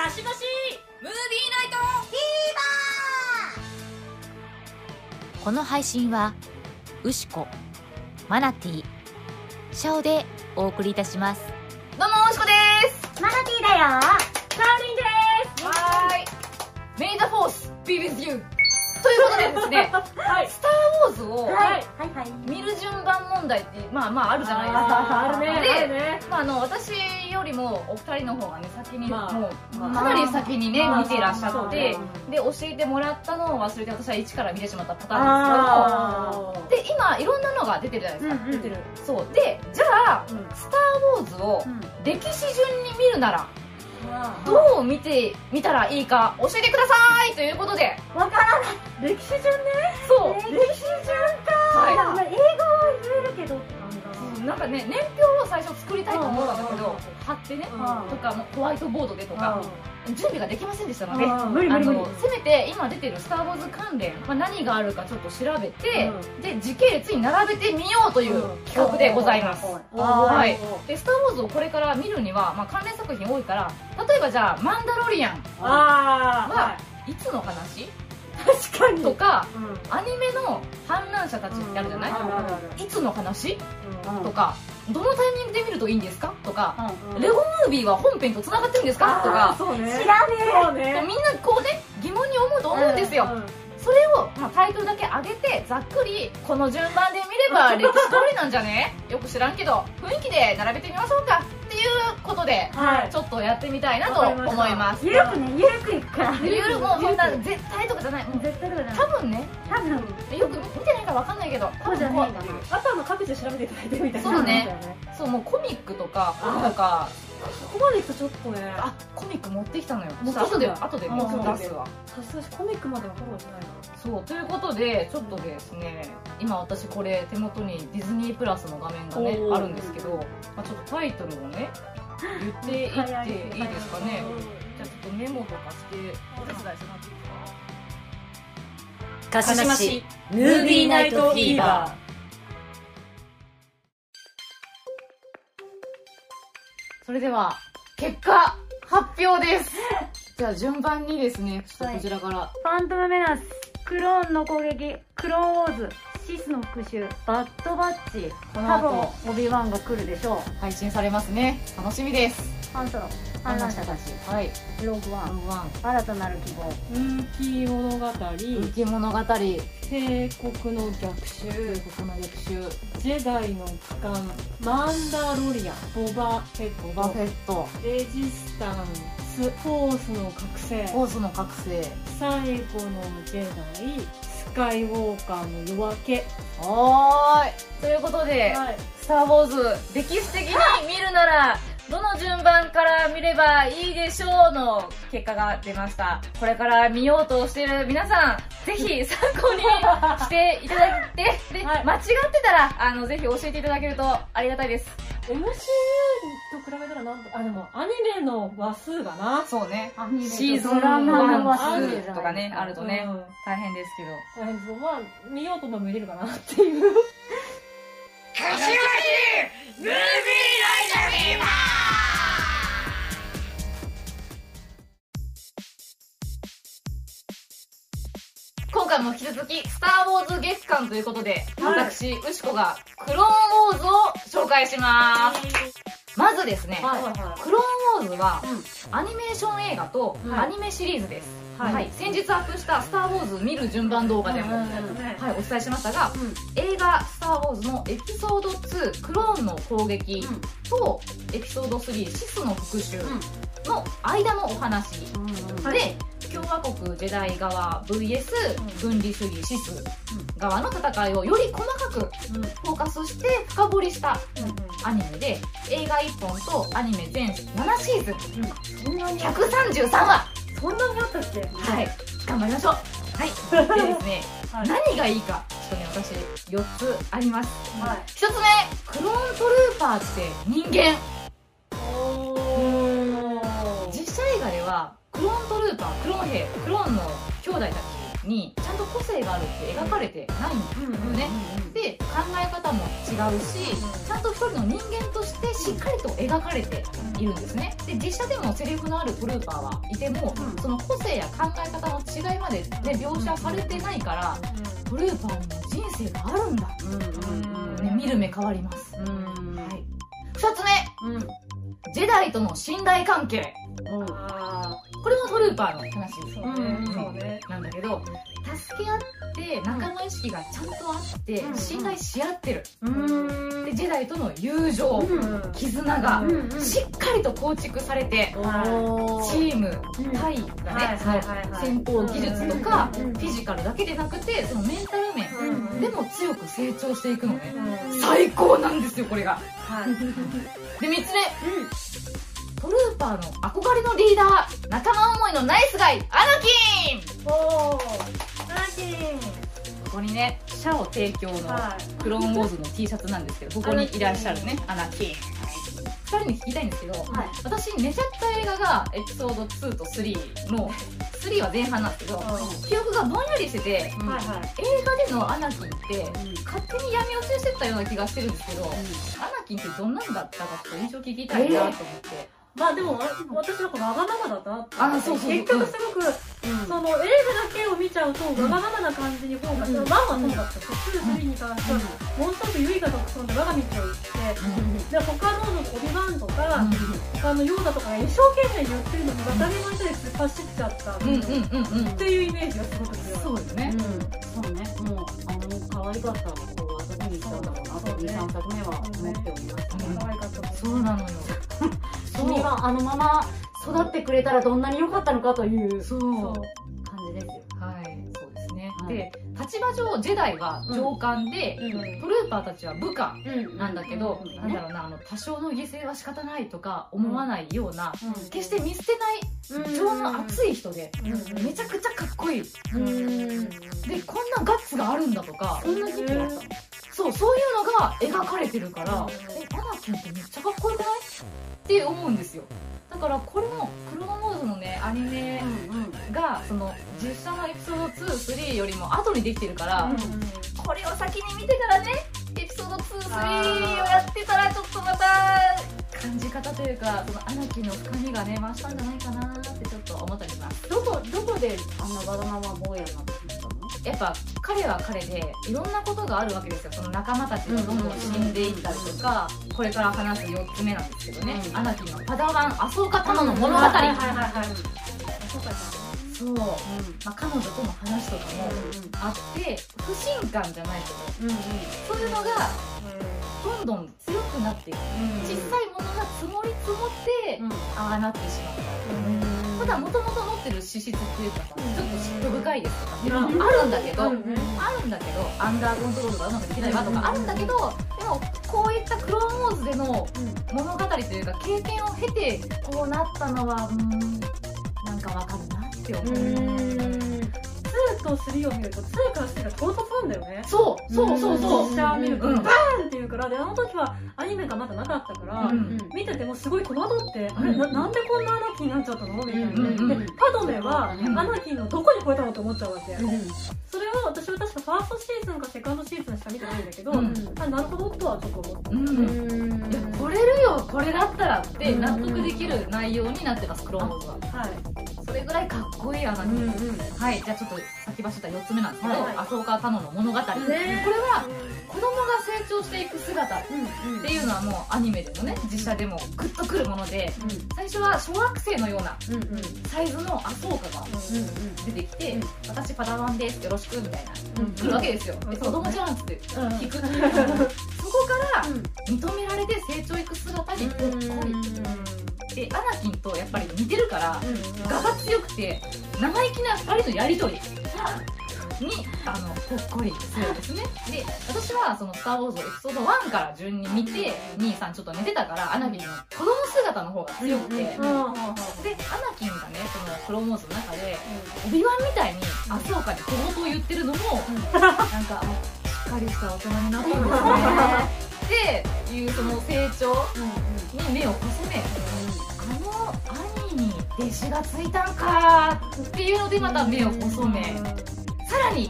かしばしムービーナイトフィーバー。 この配信はウシコ、マナティ、シャオでお送りいたします。 どうもウシコです。 マナティーだよ。 カーリンです。はーい。メイザフォース be with you ということでですね、はい、スターウォーズを見る順番問題ってまああるじゃないですか。 あるね。 で、私よりもお二人の方がね先にもうかなり先にね見ていらっしゃって、で教えてもらったのを忘れて私は一から見てしまったパターンですけど、で今いろんなのが出てるじゃないですか。出てる。そうで、じゃあスターウォーズを歴史順に見るならどう見てみたらいいか教えてくださいということで。 わからない。歴史順ね。 そう、 歴史順か。はい。英語は言えるけど。 なんかね、年表を最初作りたいと思ったんだけど、貼ってね、とかホワイトボードでとか準備ができませんでしたので、せめて今出てる「スター・ウォーズ」関連、何があるかちょっと調べて、で時系列に並べてみようという企画でございます。はい。で「スター・ウォーズ」をこれから見るには、関連作品多いから、例えばじゃあ「マンダロリアン」はいつの話確かにとか、アニメの反乱者たちってあるじゃない、いつの話とか、どのタイミングで見るといいんですかとか、レゴムービーは本編とつながってるんですかとか、 知らねえ。 みんなこうね疑問に思うと思うんですよ。それをタイトルだけ上げてざっくりこの順番で見れば歴史通りなんじゃね、よく知らんけど雰囲気で並べてみましょうかっていうことで、ちょっとやってみたいなと思います。 ゆるくね、ゆるくいくから。 ゆるもうみんな絶対とかじゃない、もう絶対とかじゃない。 多分ね、よく見てないから分かんないけど、 そうじゃないかな。 あとは各自調べていただいてみたいな。 そうね。そう、もうコミックとか本とか、 ここまでいくとちょっとね。 あ、コミック持ってきたのよ。 後で出すわ。 さすがにコミックまではフォローしないな。 そうということで、ちょっとですね、今私これ手元にディズニープラスの画面がねあるんですけど、ちょっとタイトルをね言っていっていいですかね。じゃあちょっとメモとかしてお手伝いしてもらっていいですか。 かしましムービーナイトフィーバー。 それでは結果発表です。じゃあ順番にですね、ちょっとこちらから、 ファントムメナス、クローンの攻撃、クローンウォーズ、シスの復讐、バッドバッチ、 この後多分オビワンが来るでしょう。 配信されますね。楽しみです。 ファンソロ、反乱者たち、 はい、 ローグワン、新たなる希望、 運気物語、 浮き物語、 帝国の逆襲、ジェダイの帰還、マンダロリアン、ボバフェット、レジスタンス、フォースの覚醒、 フォースの覚醒、 最後のジェダイ、スカイウォーカーの夜明け。 はーい。ということで、スター・ウォーズ歴史的に見るならどの順番から見ればいいでしょうの結果が出ました。これから見ようとしている皆さん、ぜひ参考にしていただいて、で、間違ってたらぜひ教えていただけるとありがたいです。 MCU と比べたらなんと、でもアニメの話数がな。 そうね。 シーズン1、2とかね、あるとね、大変ですけど。 大変ですけど、見ようとも見れるかなっていう。 かしましムービーナイトフィーバー。今回も引き続きスター・ウォーズ月間ということで、私ウシコがクローンウォーズを紹介します。まずですね、クローンウォーズはアニメーション映画とアニメシリーズです。先日アップした「スター・ウォーズ」見る順番動画でもお伝えしましたが、映画「スター・ウォーズ」のエピソード2「クローンの攻撃」とエピソード3「シスの復讐」の間のお話で、共和国ジェダイ側 VS 分離主義シス側の戦いをより細かくフォーカスして深掘りしたアニメで、映画1本とアニメ全7シーズン133話。 そんなにあったっけ。 はい、頑張りましょう。はい。でですね、何がいいかちょっとね、私4つあります。1つ目、クローントルーパーって人間。実写映画ではクローントルーパー、クローン兵、クローンの兄弟たちにちゃんと個性があるって描かれてないんですよね。で考え方も違うし、ちゃんと一人の人間としてしっかりと描かれているんですね。で実写でもセリフのあるトルーパーはいても、その個性や考え方の違いまで、ね、描写されてないから、トルーパーにも人生があるんだ、ね、見る目変わります。はい、2つ目、ジェダイとの信頼関係。これもトルーパーの話なんだけど、助け合って仲間意識がちゃんとあって信頼し合ってる。でジェダイとの友情、絆がしっかりと構築されて、チーム対がね、戦闘技術とかフィジカルだけでなくて、そのメンタル面でも強く成長していくのね。最高なんですよこれが。で3つ目、トルーパーの憧れのリーダー、仲間思いのナイスガイ、アナキン。 アナキン。 ここにね、シャオ提供のクローンウォーズの T シャツなんですけど、ここにいらっしゃるね、アナキン。2人に聞きたいんですけど、私寝ちゃった映画がエピソード2と3の、3は前半なんですけど、記憶がぼんやりしてて、映画でのアナキンって勝手に闇落ちしてったような気がしてるんですけど、アナキンってどんなんだったかちょっと印象聞きたいなと思って。 まあでも私はわがままだったなって。 結局すごくその映画だけを見ちゃうとわがままな感じにフォーカス、1はそうだったけど、2、3に関してはものすごく唯我独尊で我が道を行って、で他のオビワンとかヨーダとかが一生懸命言ってるのに渡りの人で突っ走っちゃったっていうイメージがすごく強い。 そうですね。 そうね。もう可愛かった子はどこに行ったんだろうなと2、3作目は思っておりましたね。 可愛かった。 そうなのよ。 君はあのまま育ってくれたらどんなに良かったのかという感じですよ。 はい、そうですね。で、立場上ジェダイは上官で、トルーパーたちは部下なんだけど、なんだろうな、多少の犠牲は仕方ないとか思わないような、決して見捨てない情の熱い人で、めちゃくちゃかっこいい。で、こんなガッツがあるんだとか、そんな時期あったの。そういうのが描かれてるから、アナキンってめっちゃかっこよくないって思うんですよ。だからこれもクローンウォーズのねアニメがその実写のエピソード2、3よりも後にできてるから、これを先に見てからねエピソード2、3をやってたらちょっとまた感じ方というか、そのアナキンの深みがね増したんじゃないかなってちょっと思ったりします。 どこでわがまま坊やになってきたの？ やっぱ彼は彼でいろんなことがあるわけですよ。その仲間たちがどんどん死んでいったりとか、これから話す4つ目なんですけどね、アナキンのパダワンアソーカタノの物語。そう、まあ、彼女との話とかもあって不信感じゃないけど、そういうのがどんどん強くなっていく。小さいものが積もり積もってああなってしまった。ただもともと持ってる資質っていうかさ、ちょっと嫉妬深いですとかっていうのもあるんだけど、アンダーコントロールがうまくできないわとかあるんだけど、でもこういったクローンウォーズでの物語というか経験を経てこうなったのはなんかわかるなって思う。 2と3を見ると2から3が唐突なんだよね。 そう実写見るとバーンっていうから、であの時はアニメがまだなかったから、見ててもすごいこの後ってあれなんでこんなアナキンになっちゃったのみたいな。でパドメはアナキンのどこに超えたのって思っちゃうわけ。それは私は確かファーストシーズンかセカンドシーズンしか見てないんだけど、なるほどとはちょっと思ったんで。 いやこれるよこれだったらって納得できる内容になってます、クローンウォーズは。それぐらいかっこいいアナキン。はい、じゃあちょっと先走った4つ目なんですけど、アソーカ・タノの物語。これは子供が成長していく姿っていうのはもうアニメでもね実写でもグッとくるもので、最初は小学生のようなサイズのアソーカが出てきて、私パダワンですよろしくみたいな来るわけですよ。子供じゃんって聞くっていうそこから認められて成長いく姿にほっこり。でアナキンとやっぱり似てるから我が強くて生意気な2人のやり取りにほっこりするんですね。で私はその「スター・ウォーズ」エピソード1から順に見て2、3ちょっと寝てたから、アナキンの子供姿の方が強くて、でアナキンがねそのクローンウォーズの中でオビワンみたいにアソーカに小言を言ってるのもなんかしっかりした大人になったんですねっていうその成長に目を細め、兄に弟子がついたんかっていうのでまた目を細め、さらに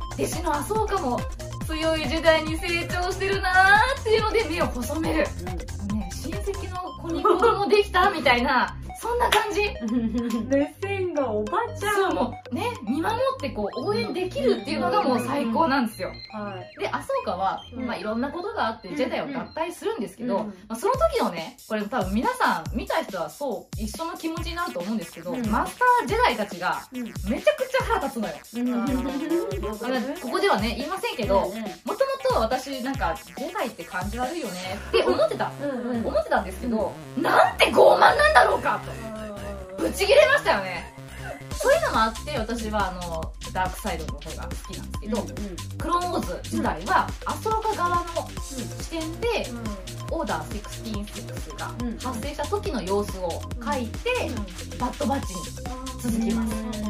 弟子の麻生家も強い時代に成長してるなーっていうので目を細める、ね、親戚の子に子供できたみたいなそんな感じ。 目線がおばちゃん。 そう、もうね、見守ってこう応援できるっていうのがもう最高なんですよ。 はい。 で、麻生家は、まあいろんなことがあってジェダイを合体するんですけど、まあ、その時のね、これ多分皆さん見た人はそう一緒の気持ちになると思うんですけど、マスタージェダイたちがめちゃくちゃ腹立つのよ。ここではね言いませんけど、もともと私なんかジェダイって感じ悪いよねって思ってたんですけど、なんて傲慢なんだろうかとぶち切れましたよね。そういうのもあって私はダークサイドの方が好きなんですけど、クローンウォーズ自体は麻生家側の視点で、オーダー166が発生した時の様子を書いて、バッドバッチに続きます。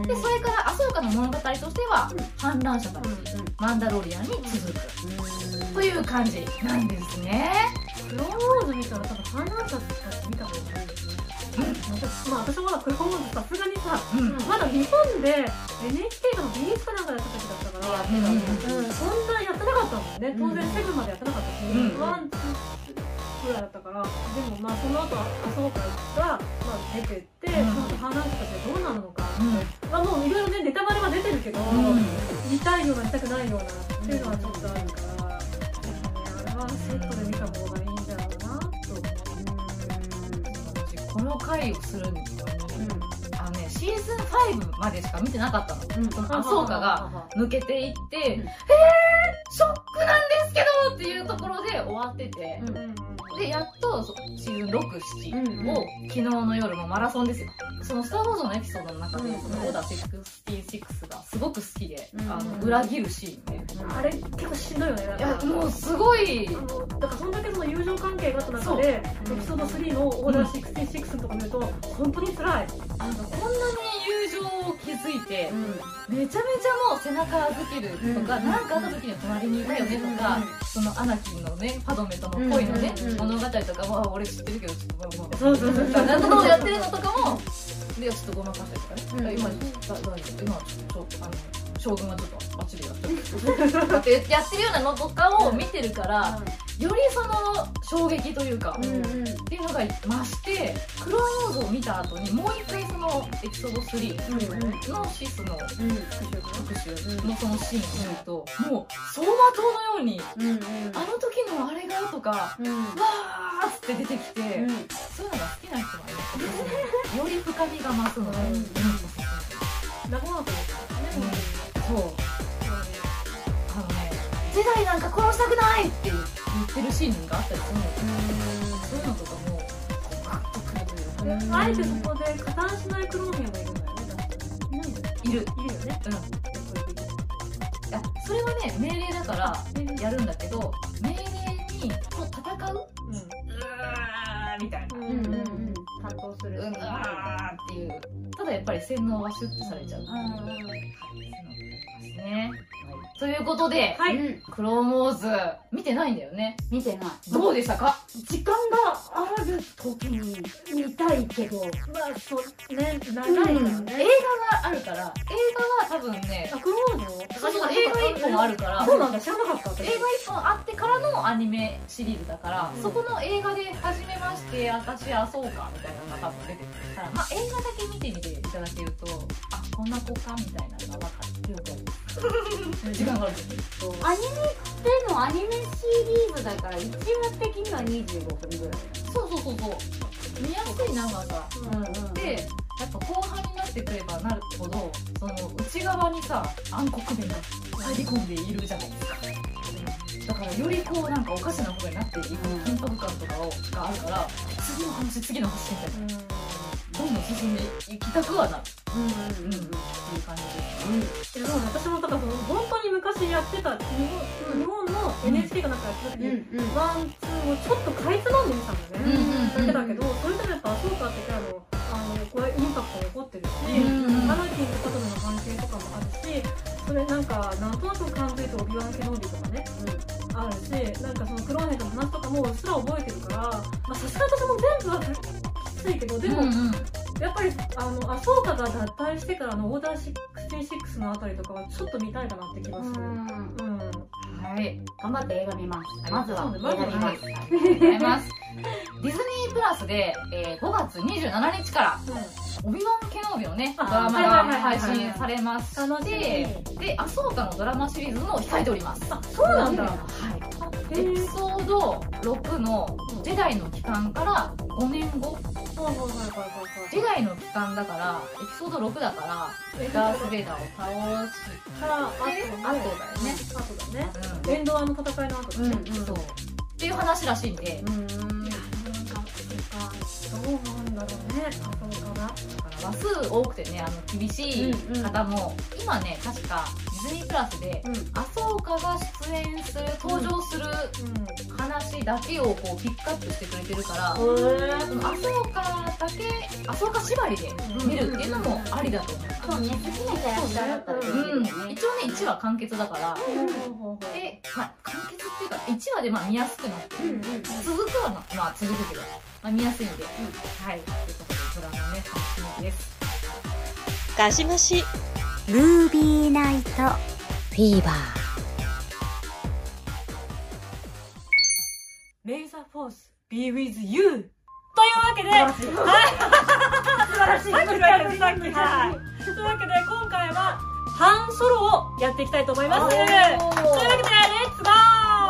でそれから麻生家の物語としては反乱者たち、マンダロリアンに続くという感じなんですね。 クローンウォーズ見たら多分反乱者たち見たことないですね。まあ私もまだクローンウォーズさすがにさ、まだ日本で NHK の BS かなんかやった時だったから、そんなやってなかったもんね。当然セブンまでやってなかったし、ワンツーぐらいだったから。でもまあその後麻生家が出てって、その反乱者たちがどうなるのか、まあもういろいろねネタバレは出てるけど、見たいような見たくないようなっていうのはちょっとあるから、あれはセットで見た方がいいんだろうなと思う。 この回をするにはシーズン5までしか見てなかったの。その麻生家が抜けていって、ショックなんですけどっていうところで終わってて、でやっとシーズン6、7を昨日の夜もマラソンですよ。そのスター・ウォーズのエピソードの中でそのオーダー66がすごく好きで、裏切るシーンね。 あれ結構しんどいよね。 いやもうすごい、 だからそんだけその友情関係があった中でエピソード3のオーダー66のとこ見ると本当に辛い。 こんなに友情を築いて、めちゃめちゃもう背中預けるとか、何かあった時に隣にいたよねとか、そのアナキンのねパドメとの恋のね物語とかも俺知ってるけどちょっとそう何とかをやってるのとかもでちょっとごまかしたりとかね、今将軍はちょっとバッチリやってるやってるようなのとかを見てるから、よりその衝撃というか、っていうのが増して、クローンウォーズを見た後にもう一回そのエピソード3のシスの復讐のそのシーンを見ると、もう走馬灯のように、あの時のあれがとか、わーって出てきて、そういうのが好きな人がいるとより深みが増すので、 仲間だと思う。 そうジェダイなんか殺したくないって言ってるシーンがあったりするので、そういうのとかもガッとくるというか、 あえてそこで加担しないクローン兵がいるんだよね。 いるよね。いやそれはね命令だからやるんだけど、命令にと戦うみたいな担当するっていう、ただやっぱり洗脳はシュッとされちゃうね。ということで、クローンウォーズ見てないんだよね。 見てない。 どうでしたか？ 時間がある時に見たいけど、 まあそうね、長いからね。 映画があるから、映画は多分ね、 クローンのそう映画1本あるから、 そうなんだ、知らなかった。 映画1本あってからのアニメシリーズだから、そこの映画で初めまして私あそうかみたいなのが多分出てくるから、まあ映画だけ見てみていただけると、あこんな子かみたいなのが分かる。時間があるアニメってのアニメシリーズだから1話的には25分ぐらい。 そう見やすい長さで、やっぱ後半になってくればなるほどその内側にさ暗黒面が入り込んでいるじゃないですか。だからよりこうなんかおかしな方になっていく緊迫感とかがあるから、次の話みたいなどんどん進んでいきたくはなるっていう感じです。 でも私もだから本当に昔やってた日本の NHK かなんかやってた時にワンツーをちょっとかいつまんでみたのね。だけどそれでもやっぱそうかってこれインパクト残ってるし、アナキンとパトメの関係とかもあるし、それなんかなんとなく感じるとオビワン・ケノービーとかねあるし、なんかそのクローンヘッドの話とかもうっすら覚えてるから、さすがに私も全部はきついけど、でもやっぱり麻生家が脱退してからのオーダーティ6のあたりとかはちょっと見たいかなって気がする。 はい。 頑張って映画見ます。まずは映画見ます。 ありがとうございます。ディズニープラスで、5月27日からオビワン・ケノービのね、ドラマが配信されまして、で、アソーカのドラマシリーズも控えております。 あ、そうなんだ。 はい。エピソード6のジェダイの帰還から5年後。ジェダイの帰還だから、エピソード6だから、ダース・ベイダーを倒した後だよね。 後だね。エンドワンの戦いの後だね。 そう。っていう話らしいんで、 どうなんだろうね、そうかな。 話数多くてね、厳しい方も、今ね、確かディズニープラスで、アソーカが出演する、登場する話だけをこうピックアップしてくれてるから、そのアソーカだけ、アソーカ縛りで見るっていうのもありだと思う。 そうね、好きなキャラクターだったらいいですね。 一応ね、1話完結だから、で、まあ、完結っていうか、1話でまあ見やすくなって、続くはまあ続くけど、まあ見やすいんで、はい、ということで、ドラマね、楽しみです。 ガシマシルービーナイトフィーバー。 レイザーフォース be with you というわけで、はい、素晴らしい。さっきというわけで、今回はハンソロをやっていきたいと思います。というわけで、レッツゴ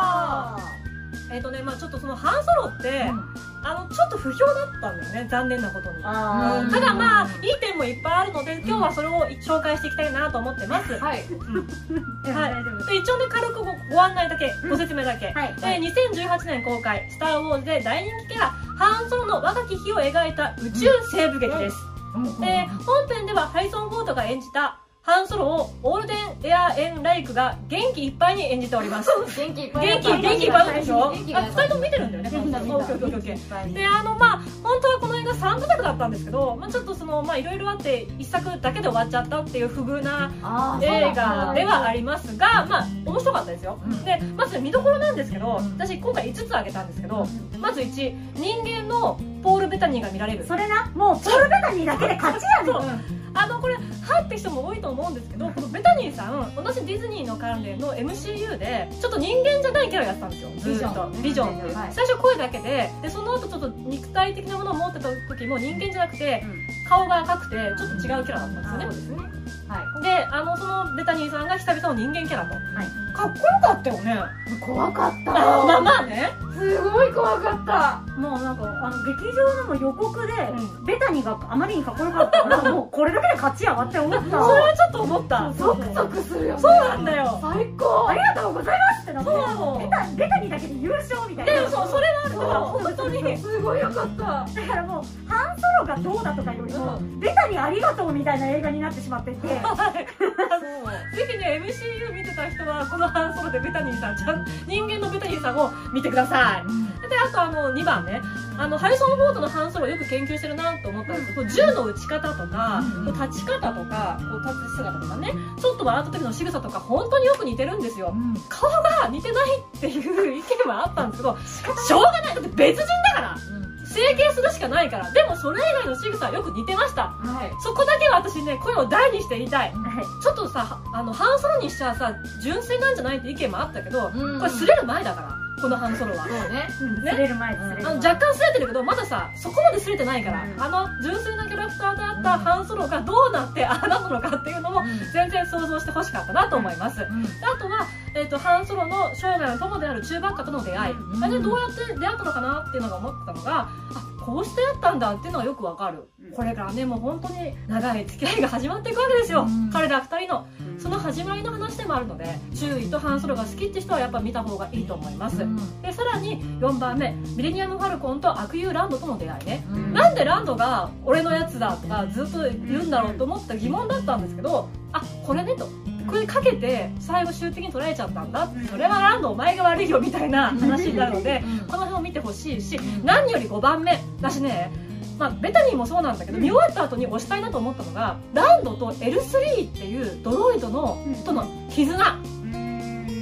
ー。まあちょっとそのハンソロって、ちょっと不評だったんだよね、残念なことに。ただまあ、いい点もいっぱいあるので、今日はそれを紹介していきたいなと思ってます。はい。で、一応ね、軽くご案内だけ、ご説明だけ。2018年公開、スター・ウォーズで大人気キャラ、ハンソロの若き日を描いた宇宙西部劇です。本編ではハリソン・フォードが演じたハンソロをオールデン・エア・エン・ライクが元気いっぱいに演じております。元気いっぱいでしょ。2人とも見てるんだよね。で、まあ本当はこの映画3部作だったんですけど、まあちょっとそのまあいろいろあって1作だけで終わっちゃったっていう不遇な映画ではありますが、まあ面白かったですよ。で、まず見どころなんですけど、私今回5つ挙げたんですけど、まず1、人間のポール・ベタニーが見られる。 それな、もうポール・ベタニーだけで勝ちやねん。 これ入ってる人も多いと思うんですけど、このベタニーさん、同じディズニーの関連の MCU でちょっと人間じゃないキャラをやってたんですよ。ずっとビジョンっていう、最初声だけで、その後ちょっと肉体的なものを持ってた時も人間じゃなくて、顔が赤くてちょっと違うキャラだったんですよね。で、そのベタニーさんが久々の人間キャラと、かっこよかったよね。 怖かった。 まあね、 すごい怖かった。 もうなんか劇場のも予告でベタニーがあまりにかっこよかったから、もうこれだけで勝ちやわって思った。 それはちょっと思った。 ゾクゾクするよね。 そうなんだよ。 最高。 ありがとうございますってなって、ベタニーだけで優勝みたいな。 でもそう、それはあるから、本当にすごいよかった。 だからもうハンソロがどうだとかよりもベタニーありがとうみたいな映画になってしまっていて、ぜひね MCU 見てた人はこのハンソロでベタニーさん、人間のベタニーさんを見てください。で、あと2番ね、ハリソン・フォードのハンソロをよく研究してるなと思ったんですけど、銃の撃ち方とか立ち方とか立つ姿とかね、ちょっと笑った時の仕草とか本当によく似てるんですよ。顔が似てないっていう意見はあったんですけど、しょうがない。だって別人だから、整形するしかないから。でもそれ以外の仕草はよく似てました。そこだけは私ね、声を大にして言いたい。ちょっとさ、ハンソロにしちゃさ、純粋なんじゃないって意見もあったけど、これ擦れる前だから、このハンソロは。そうね。 擦れる前です。 若干擦れてるけど、まださ、そこまで擦れてないから、純粋なキャラクターであったハンソロがどうなってああなったのかっていうのも、全然想像してほしかったなと思います。あとは、ハンソロの生涯の友であるチューバッカとの出会い。あれどうやって出会ったのかなっていうのが思ってたのが、こうしてやったんだっていうのがよくわかる。これからね、もう本当に長い付き合いが始まっていくわけですよ。彼ら2人の。その始まりの話でもあるので、チューイとハンソロが好きって人はやっぱ見た方がいいと思います。で、さらに4番目、ミレニアム・ファルコンと悪友ランドとの出会いね。なんでランドが俺のやつだとかずっと言うんだろうと思った疑問だったんですけど、これねと。これかけて最後終的に捉えちゃったんだ、それはランドお前が悪いよみたいな話になるので、この辺を見てほしいし、何より5番目だしね、ベタニーもそうなんだけど、見終わった後に推したいなと思ったのが、ランドと L3 っていうドロイドのとの絆。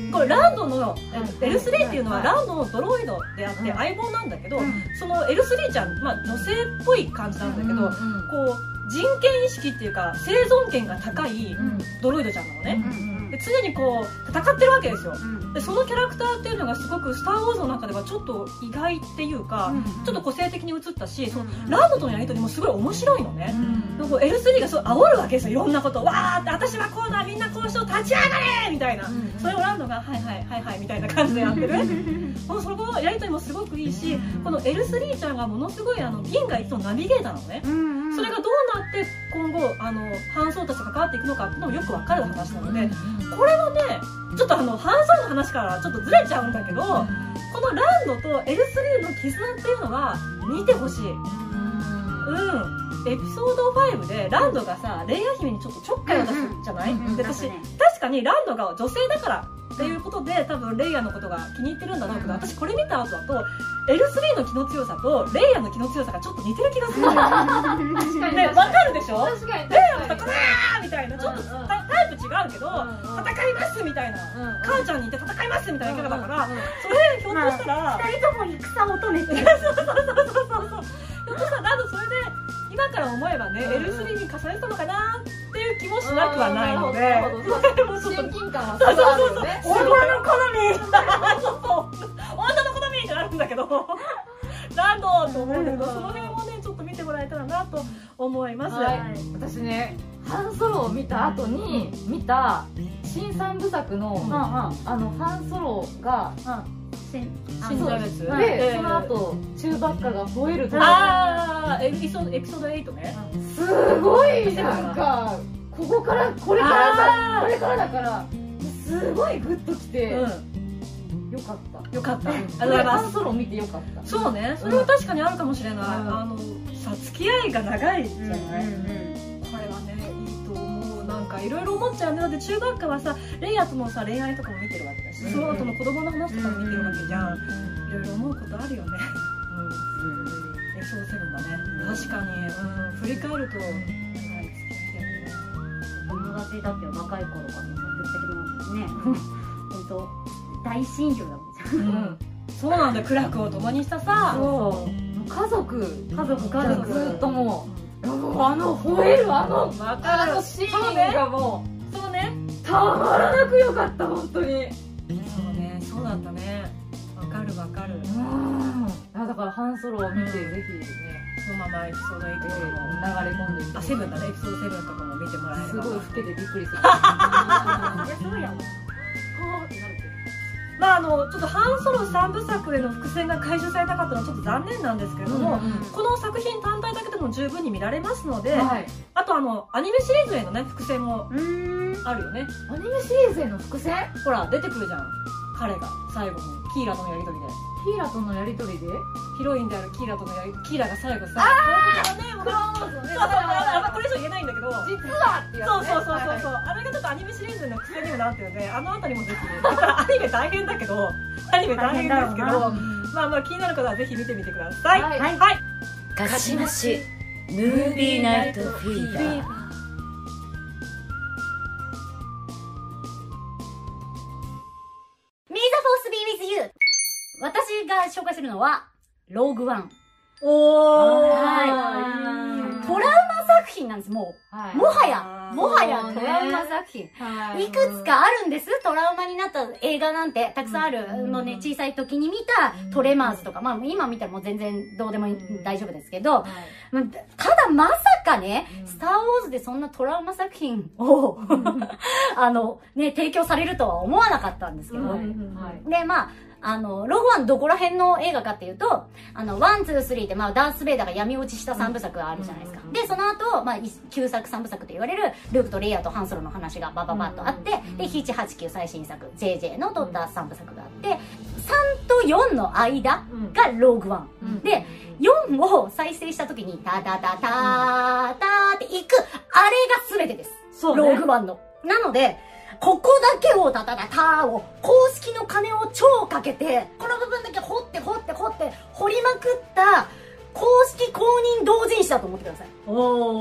これランドの L3 っていうのはランドのドロイドであって相棒なんだけど、その L3 ちゃん、女性っぽい感じなんだけど、こう人権意識っていうか生存権が高いドロイドちゃんなのね。で常にこう戦ってるわけですよ。でそのキャラクターっていうのがすごく「スター・ウォーズ」の中ではちょっと意外っていうか、ちょっと個性的に映ったし、そのランドとのやり取りもすごい面白いのね。L3 がそう煽るわけですよ、いろんなことを。わーって私はこうだ、みんなこうしよう、立ち上がれみたいな、それをランドがはいはいはいはいみたいな感じでやってるもうそのやり取りもすごくいいし、この L3 ちゃんがものすごい銀河一のナビゲーターなのね。それがどうなって今後ハンソーたちと関わっていくのかっていうのもよく分かる話なので、これはねちょっとハンソーの話からちょっとずれちゃうんだけど、このランドと L3 の絆っていうのは見てほしい。エピソード5でランドがさレイヤ姫にちょっとちょっかいを出すじゃない。で私確かにランドが女性だからっていうことで多分レイヤのことが気に入ってるんだろうけど、私これ見た後だと L3 の気の強さとレイヤの気の強さがちょっと似てる気がするのよ。確かにね、わかるでしょ。確かにレイヤのことかなーみたいな、ちょっとタイプ違うけど戦いますみたいな、母ちゃんにいて戦いますみたいなキャラだから、それひょっとしたら 2人とも戦を止めてそうひょっとしたらランドそれで今から思えばね L3 に重ねたのかなっていう気もしなくはないので、 親近感はすごいあるよね。 女の好み女の好みってなるんだけどランドと思うんだけど、その辺もねちょっと見てもらえたらなと思います。 私ねハンソロを見た後に見た新三部作のハンソロが死んじゃうやつで、その後チューバッカが吠えるとエピソード8ね。 すごいなんかこれからだからすごいグッときてよかったよかった。 ハンソロ見てよかった。 そうね、それは確かにあるかもしれない。さ付き合いが長いじゃない。これはねいいと思う。なんかいろいろ思っちゃうね。だって中学科はさレイヤとのさ恋愛とかも見てるわけだし、その後の子供の話とかも見てるわけじゃん。いろいろ思うことあるよね。エピソード7だね。確かに振り返ると長い付き合いだよね。 友達だって若い頃からさぶっちゃけもね本当大親友だもんじゃん。 そうなんだ、苦楽を共にしたさ。 そう家族ずっともう吠えるシーンがもうそうねたまらなくよかった。本当にそうね、そうだったね。わかるわかる。 だからハンソロを見てぜひねそのままエピソード8とかも流れ込んでみて、 セブンだね、エピソード7とかも見てもらえれば。 すごい老けてびっくりする。 いやそうやん。 まあちょっとハンソロ3部作への伏線が回収されなかったのはちょっと残念なんですけれども、この作品単体だけでも十分に見られますので、あとアニメシリーズへのね伏線もあるよね。 アニメシリーズへの伏線、 ほら出てくるじゃん、彼が最後にキーラとのやりとりで。 キーラとのやりとりでヒロインであるキーラとのやりとり、キーラが最後さこれ以上言えないんだけど、 実はってやつね。 そうあれがちょっとアニメシリーズの伏線にもなってるので、あの辺りもぜひだからアニメ大変だけどアニメ大変ですけど、まあ気になる方はぜひ見てみてください。 ガシマシムービーナイトフィーバー。 私が紹介するのはローグワン。 おー、 はい、トラウマ作品なんです。もはやトラウマ作品、いくつかあるんです。トラウマになった映画なんてたくさんあるのね。小さい時に見たトレマーズとか、まあ今見たらもう全然どうでも大丈夫ですけど、ただまさかね、スター・ウォーズでそんなトラウマ作品を提供されるとは思わなかったんですけど、でログワンどこら辺の映画かっていうと、1、2、3で、ダース・ベイダーが闇落ちした3部作があるじゃないですか。で、その後、旧作3部作と言われる、ルークとレイヤーとハンソロの話がバババッとあって、で、7、8、9最新作、JJ の撮った3部作があって、3と4の間がローグワン。で、4を再生した時に、タタタターターっていく、あれが全てです。ローグワンの。なので、ここだけをタタタターを公式の金を超かけて、この部分だけ掘って掘りまくった公式公認同人誌だと思ってください。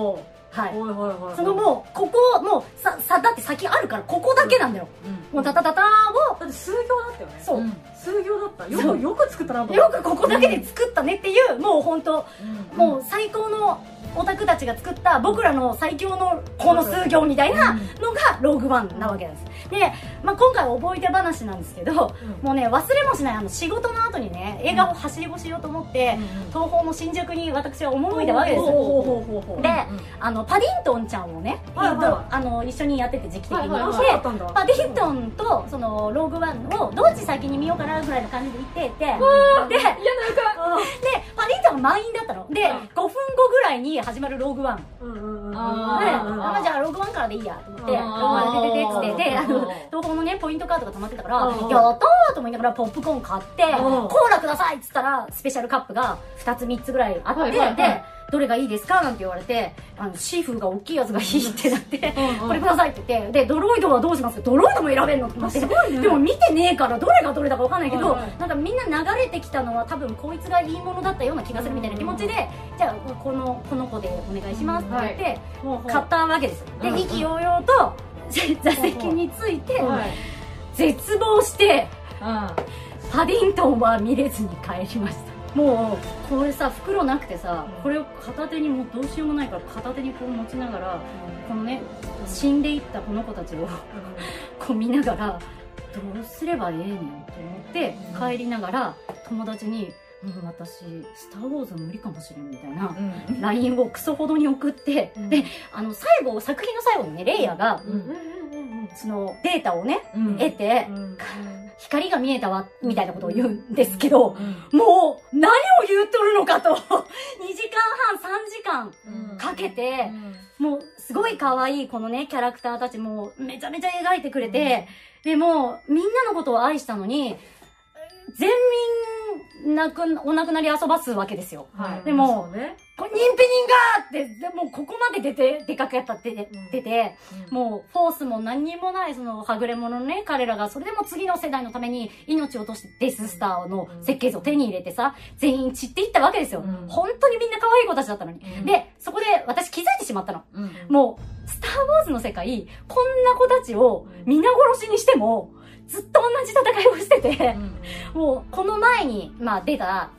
はい。 はいはいはい。 そのもう、ここ、もう、だって先あるから、ここだけなんだよ。もう、タタタタを、 だって数行だったよね。 そう。 数行だった。よく作ったなと思って。 よくここだけで作ったねっていう、もう本当、もう最高のオタクたちが作った僕らの最強のこの数行みたいなのがローグワンなわけです。で、まあ、今回覚えて話なんですけど、もうね、忘れもしない仕事の後にね、映画を走り干しようと思って、東宝の新宿に私は赴いたわけですよ。で、パディントンちゃんをね、一緒にやってて時期的に。で、パディントンとそのローグワンをどっち先に見ようかなぐらいの感じで行ってて、で、パディントンが満員だったの。で、5分後ぐらいに始まるローグワン。じゃあローグワンからでいいやと思って、ローグワンでっつって、で、東宝のね、ポイントカードが溜まってたから、やったーと思いながらポップコーン買って、コーラくださいっつったら、スペシャルカップが2つ3つぐらいあって、で、どれがいいですかなんて言われて、シーフーが大きいやつがいいってなって、これくださいって言って、で、ドロイドはどうしますかドロイドも選べんのって思って、でも見てねえからどれがどれだかわかんないけど、なんかみんな流れてきたのは多分こいつがいいものだったような気がするみたいな気持ちで、じゃあこの子でお願いしますって言って、買ったわけです。で、意気揚々と座席について、絶望して、パディントンは見れずに帰りました。もうこれさ、袋なくてさ、これを片手にもうどうしようもないから片手にこう持ちながら、このね、死んでいったこの子たちをこう見ながら、どうすればええねんと思って帰りながら友達に、もう私スター・ウォーズ無理かもしれんみたいな LINE をクソほどに送って、で、作品の最後にね、レイヤがそのデータをね、得て、光が見えたわ、みたいなことを言うんですけど、もう、何を言うとるのかと、2時間半、3時間かけて、もう、すごい可愛いこのね、キャラクターたちもめちゃめちゃ描いてくれて、で、もう、みんなのことを愛したのに、全民お亡くなり遊ばすわけですよ。でも、認否人がって、でもここまで出かけたって出て、もうフォースも何にもないそのはぐれ者のね、彼らがそれでも次の世代のために命を落としてデススターの設計図を手に入れてさ、全員散っていったわけですよ。本当にみんな可愛い子たちだったのに。で、そこで私気づいてしまったの。もう、スター・ウォーズの世界、こんな子たちを皆殺しにしても、ずっと同じ戦いをしてて、もうこの前に、出た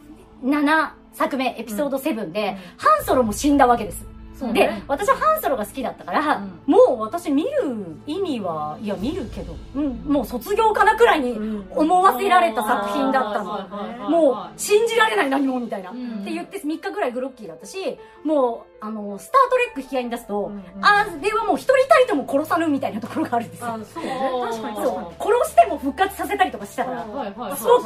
7作目エピソード7で、ハンソロも死んだわけです。で、私はハンソロが好きだったから、もう私見る意味は、いや見るけど、もう卒業かなくらいに思わせられた作品だったの。もう信じられない何もみたいな。って言って3日ぐらいグロッキーだったし、もう、スタートレック引き合いに出すと、あれはもう一人たりとも殺さぬみたいなところがあるんですよ。 そうね。確かにそう。 殺しても復活させたりとかしたから。そう、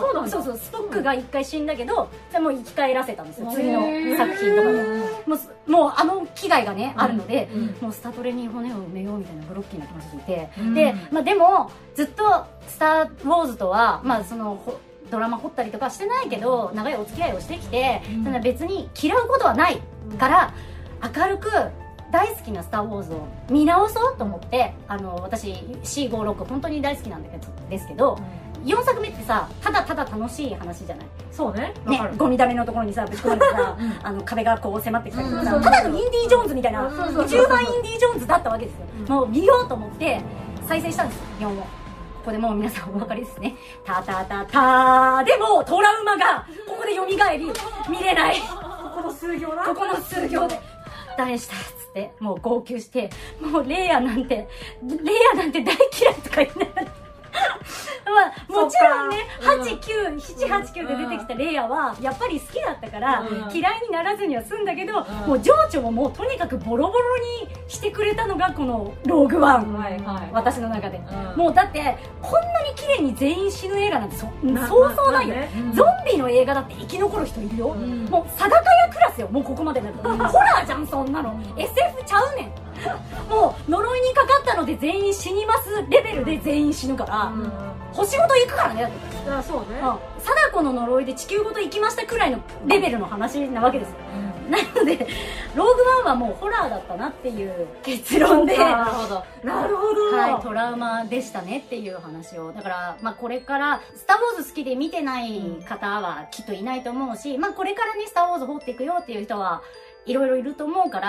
ストックが一回死んだけど、それも生き返らせたんですよ。次の作品とかで。もう危害がね、あるので、もうスタトレに骨を埋めようみたいなグロッキーな気持ちでいて。で、でも、ずっとスター・ウォーズとは、ドラマ掘ったりとかしてないけど、長いお付き合いをしてきて、別に嫌うことはないから、明るく大好きなスター・ウォーズを見直そうと思って、私 C56 本当に大好きなんですけど、4作目ってさ、ただただ楽しい話じゃない。 そうね。 ゴミだめのところにさ、ぶち込まれてさ、壁がこう迫ってきたりとかさ、ただのインディ・ジョーンズみたいな、宇宙版インディ・ジョーンズだったわけですよ。もう見ようと思って再生したんですよ、4を。ここでもう皆さんお分かりですね。タタタターでもトラウマがここで蘇り見れない。 ここの数行な。 ここの数行で。誰したっつって、もう号泣して、もうレイヤなんて大嫌いとか言いながら。もちろんね、7、8、9で出てきたレイヤはやっぱり好きだったから嫌いにならずには済んだけど、もう情緒ももうとにかくボロボロにしてくれたのがこのローグワン。私の中でもうだってこんなに綺麗に全員死ぬ映画なんてそうそうないよ。ゾンビの映画だって生き残る人いるよ。もうサダカヤクラスよ、もうここまでなるとホラーじゃん、そんなの SF ちゃうねん。もう呪いにかかったので全員死にますレベルで全員死ぬから、星ごと行くからね。だってそうね。 貞子の呪いで地球ごと行きましたくらいのレベルの話なわけですよ。なのでローグワンはもうホラーだったなっていう結論で、 なるほど、 はい、トラウマでしたねっていう話を。だからこれからスター・ウォーズ好きで見てない方はきっといないと思うし、これからねスター・ウォーズ掘っていくよっていう人はいろいろいると思うから、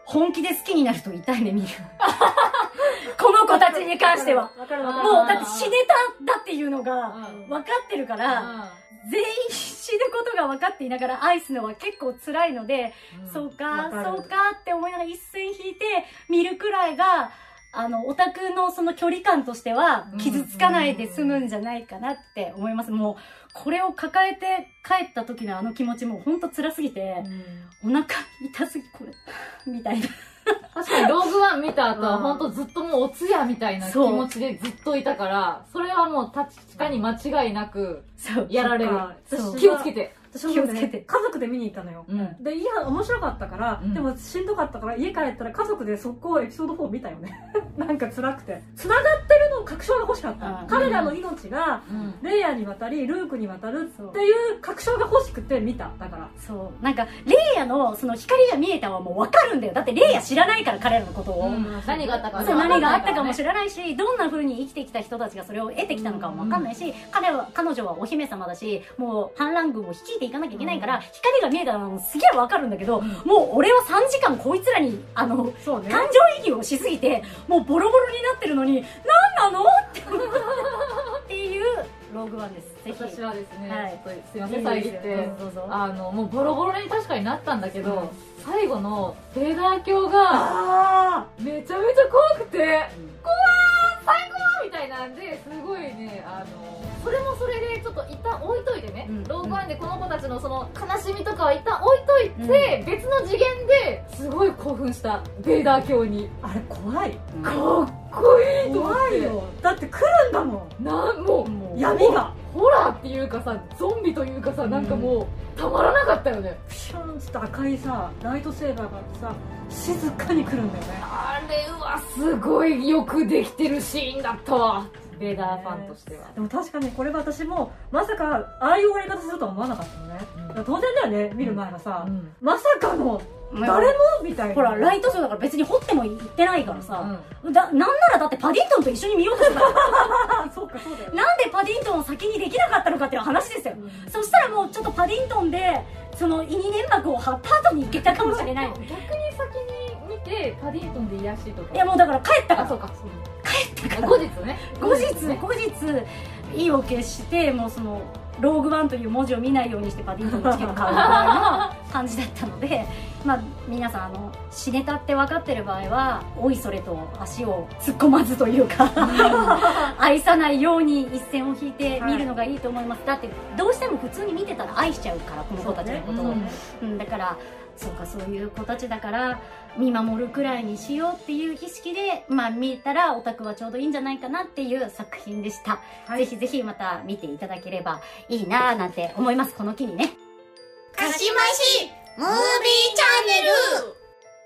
本気で好きになると痛い目見る。この子たちに関しては。もう、だって死ねただっていうのが分かってるから、全員死ぬことが分かっていながら愛すのは結構辛いので、そうかって思いながら一線引いて見るくらいが、オタクのその距離感としては傷つかないで済むんじゃないかなって思います。もう、これを抱えて帰った時のあの気持ちもほんと辛すぎて、お腹痛すぎ、これ、みたいな。 確かにローグワン見た後はほんとずっともうお通夜みたいな気持ちでずっといたから、それはもう確かに間違いなくやられる。気をつけて。 私もね、家族で見に行ったのよ。で、いや、面白かったから、でもしんどかったから、家帰ったら家族で速攻エピソード4見たよね。なんか辛くて。繋がってるの確証が欲しかった。彼らの命が、レイヤに渡り、ルークに渡るっていう確証が欲しくて見た。だから。 そう。なんか、レイヤのその光が見えたはもうわかるんだよ。だってレイヤ知らないから、彼らのことを。 何があったかそう、何があったかも知らないし、どんな風に生きてきた人たちがそれを得てきたのかもわかんないし、彼女はお姫様だし、もう反乱軍を率いていかなきゃいけないから、光が見えたのもすげえわかるんだけど、もう俺は3時間こいつらに、感情移入をしすぎて、もうボロボロになってるのに、なんなのっていうローグワンです。ぜひ。 私はですね、ちょっとすいません、遮って、もうボロボロに確かになったんだけど、最後のベーダー教が、めちゃめちゃ怖くて、怖ー最高みたいなんで、すごいね、それもそれでちょっと一旦置いといてね、ローグワンでこの子たちのその悲しみとかは一旦置いといて、別の次元ですごい興奮したベーダー教に。 あれ怖い。 かっこいいと思って。 怖いよ。だって来るんだもん。 もう闇が。 ホラーっていうかさ、ゾンビというかさ、なんかもうたまらなかったよね。 ピシャンって赤いさ、ライトセーバーがあってさ、静かに来るんだよね。 あれはすごいよくできてるシーンだったわ。ベーダーファンとしては。 でも確かにこれは私もまさかああいう終わり方するとは思わなかったのね。当然だよね、見る前はさ、まさかの誰もみたいな。 ほら、ライトショーだから別に掘っても行ってないからさ、なんならだってパディントンと一緒に見ようとしたからそうか、そうだよ。 なんでパディントンを先にできなかったのかっていう話ですよ。そしたらもうちょっとパディントンでその胃に粘膜を張った後に行けたかもしれない。 逆に先に見てパディントンで癒しとか。 いやもうだから帰ったから。 そうか、 帰ったから。 後日ね。 後日意を決してもうそのローグワンという文字を見ないようにしてパディントンのチケット買うぐらいの感じだったので、まあ皆さん死ねたって分かってる場合はおいそれと足を突っ込まずというか愛さないように一線を引いて見るのがいいと思います。だってどうしても普通に見てたら愛しちゃうから、この子たちのことを。だからそうか、そういう子たちだから見守るくらいにしようっていう意識で、まあ見たらオタクはちょうどいいんじゃないかなっていう作品でした。ぜひぜひまた見ていただければいいなぁなんて思います、この機にね。 かしましムービーチャンネル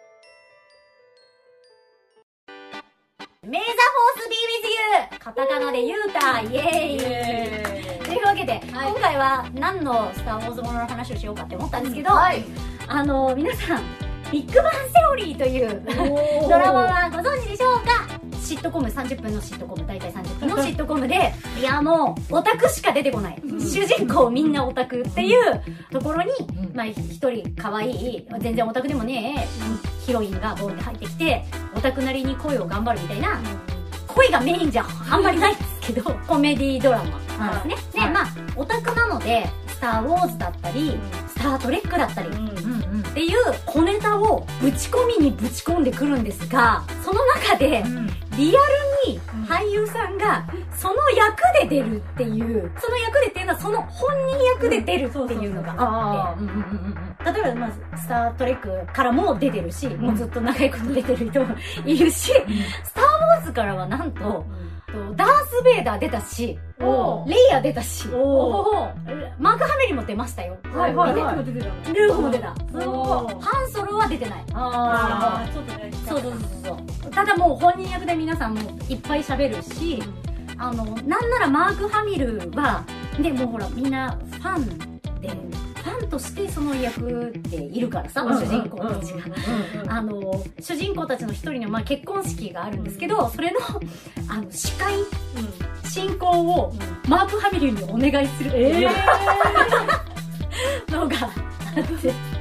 メイザフォースビーウィズユー、カタカナでユータ、イエーイというわけで、今回は何のスター・ウォーズものの話をしようかって思ったんですけど、皆さんビッグバンセオリーというドラマはご存知でしょうか。シットコム、30分のシットコム、大体30分のシットコムで、いやもうオタクしか出てこない、主人公みんなオタクっていうところに、まあ一人可愛い全然オタクでもねえヒロインがボンって入ってきて、オタクなりに恋を頑張るみたいな、恋がメインじゃあんまりないですけどコメディドラマなんですね。でまあオタクなのでスター・ウォーズだったりスター・トレックだったりっていう小ネタをぶち込みにぶち込んでくるんですが、その中でリアルに俳優さんがその役で出るっていう、その役でっていうのはその本人役で出るっていうのがあって、例えばまずスター・トレックからも出てるし、もうずっと長いこと出てる人もいるし、スター・ウォーズからはなんとダース・ベイダー出たし、レイヤー出たし、マーク・ハメリも出ましたよ。ルーフも出た。ハンソロは出てない。 ちょっとね。 そう。ただもう本人役で皆さんもいっぱい喋るし、なんならマーク・ハミルは、でもうほらみんなファンで、ファンとしてその役っているからさ、主人公たちが。主人公たちの一人のまあ結婚式があるんですけど、それの、司会、進行をマーク・ハミルにお願いするっていうのがあって。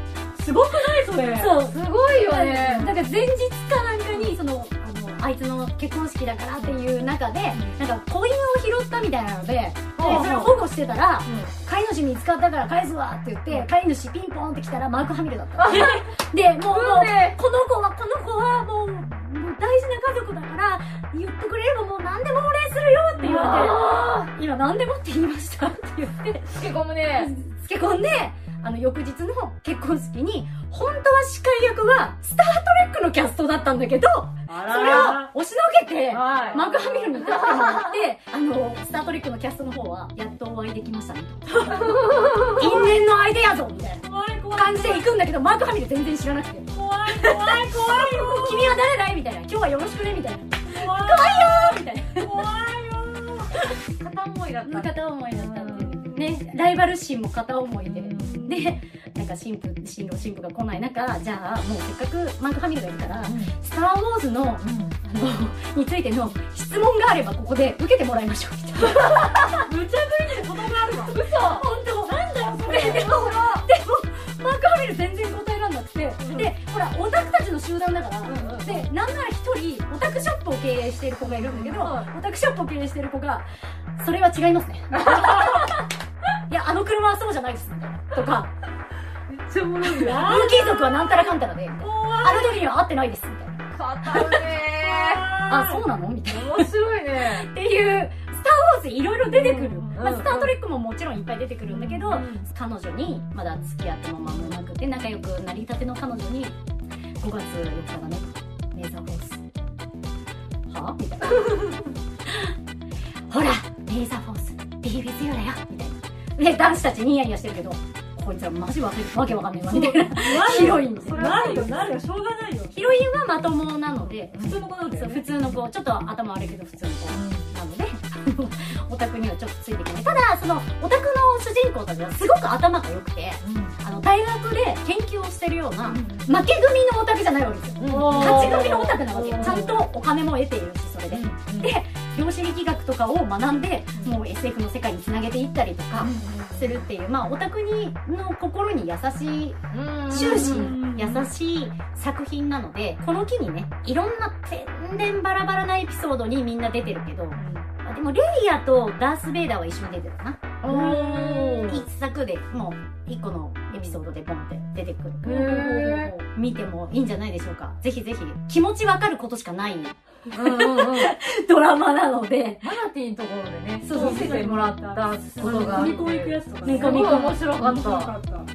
すごくないそれ。 そう。 すごいよね。 だから前日かなんかに、あいつの結婚式だからっていう中で、なんか子犬を拾ったみたいなので、それを保護してたら、飼い主見つかったから返すわって言って、飼い主ピンポンって来たらマークハミルだった。で、もう、この子はもう大事な家族だから、言ってくれればもう何でもお礼するよって言われて、今何でもって言いましたって言って、 つけ込むね。 つけ込んで、翌日の結婚式に、本当は司会役がスタートレックのキャストだったんだけど、それを押しのけて、マークハミルに立ってもらって、スタートレックのキャストの方は、やっとお会いできましたね。因縁の相手やぞみたいな感じで行くんだけど、マークハミル全然知らなくて。 怖いよ。 君は誰だいみたいな。今日はよろしくねみたいな。怖いよーみたいな。怖いよー。 片思いだった。 片思いだったっていう。ね、ライバル心も片思いで。で、なんか新婦が来ない中、じゃあもうせっかくマークハミルがいるから、スター・ウォーズの、についての質問があればここで受けてもらいましょうみたいな。 無茶ぶりで子供あるわ。 嘘本当なんだよそれ。でも、マークハミル全然答えらんなくて、で、ほら、オタクたちの集団だから、で、なんなら一人、オタクショップを経営している子がいるんだけど、オタクショップを経営している子が、それは違いますね。いや、車はそうじゃないです、みたいな。とか、 めっちゃおもろいよ。 ルーキー族はなんたらかんたらで、みたいな。時には会ってないです、みたいな。 語るねあ、そうなのみたいな。 面白いね。 っていう、スター・ウォーズいろいろ出てくる。まあ、スター・トレックももちろんいっぱい出てくるんだけど、彼女に、まだ付き合っても間もなくて、仲良くなりたての彼女に、5月4日だね、メイザー・フォース。はみたいな。ほら、メイザー・フォース、BBS よだよみたいな。で、男子たちニヤニヤしてるけど、こいつらマジわけわかんないわ、みたいな。ヒロインですよ。 なるよ、しょうがないよ。 ヒロインはまともなので、 普通の子なんだよね。 普通の子、ちょっと頭悪いけど普通の子なので、オタクにはちょっとついていけない。ただ、その、オタクの主人公たちはすごく頭が良くて、大学で研究をしてるような、負け組のオタクじゃないわけですよ。勝ち組のオタクなわけ。ちゃんとお金も得ているし、それで。で、量子力学とかを学んで、もう SF の世界につなげていったりとかするっていう、まあ、オタクの心に優しい、終始優しい作品なので、この機にね、いろんな全然バラバラなエピソードにみんな出てるけど、でもレイヤとダース・ベイダーは一緒に出てるかな。一作でもう一個のエピソードでボンって出てくる。見てもいいんじゃないでしょうか。ぜひぜひ気持ちわかることしかないドラマなので、 マナティーのところでね、 そう見せてもらったことがあって、 コミコン行くやつとかね、 すごい面白かった。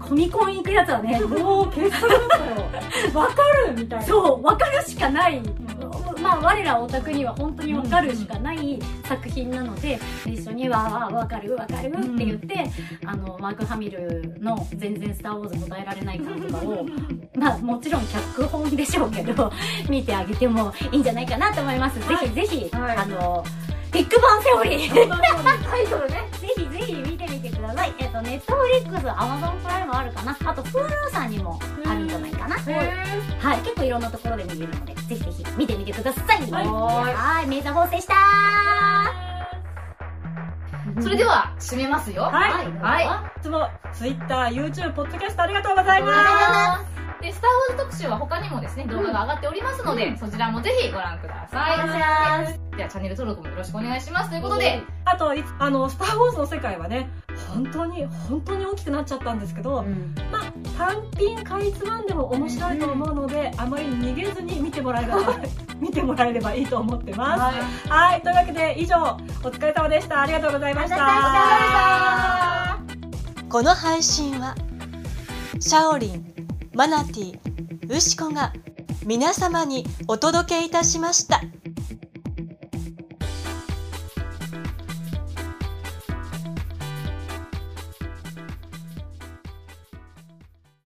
コミコン行くやつはね、 もう傑作だったよ。わかるみたいな。 そう、わかるしかない。まあ、我らオタクには本当にわかるしかない作品なので、一緒にはわかるって言って、マーク・ハミルの全然スター・ウォーズ答えられない感とかを、まあ、もちろん脚本でしょうけど、見てあげてもいいんじゃないかなと思います。ぜひぜひ、ビッグバンセオリータイトルね、ぜひぜひ見てみてください。ネットフリックス、アマゾンプライムあるかな。あと、Hulu さんにもあるんじゃないかな。はい、結構いろんなところで見れるので、ぜひぜひ見てみてください。はい、メイザーフォースでしたそれでは、締めますよ。 はい。いつも Twitter、YouTube、ポッドキャストありがとうございます。 で、スター・ウォーズ特集は他にもですね、動画が上がっておりますので、そちらもぜひご覧ください。では、チャンネル登録もよろしくお願いします。ということで、 あと、スター・ウォーズの世界はね、本当に大きくなっちゃったんですけど、まあ、単品かいつまんでも面白いと思うので、あまり逃げずに見てもらえればいいと思ってます。はい、というわけで以上、お疲れ様でした。ありがとうございました。 この配信はシャオリン、マナティ、ウシコが皆様にお届けいたしました。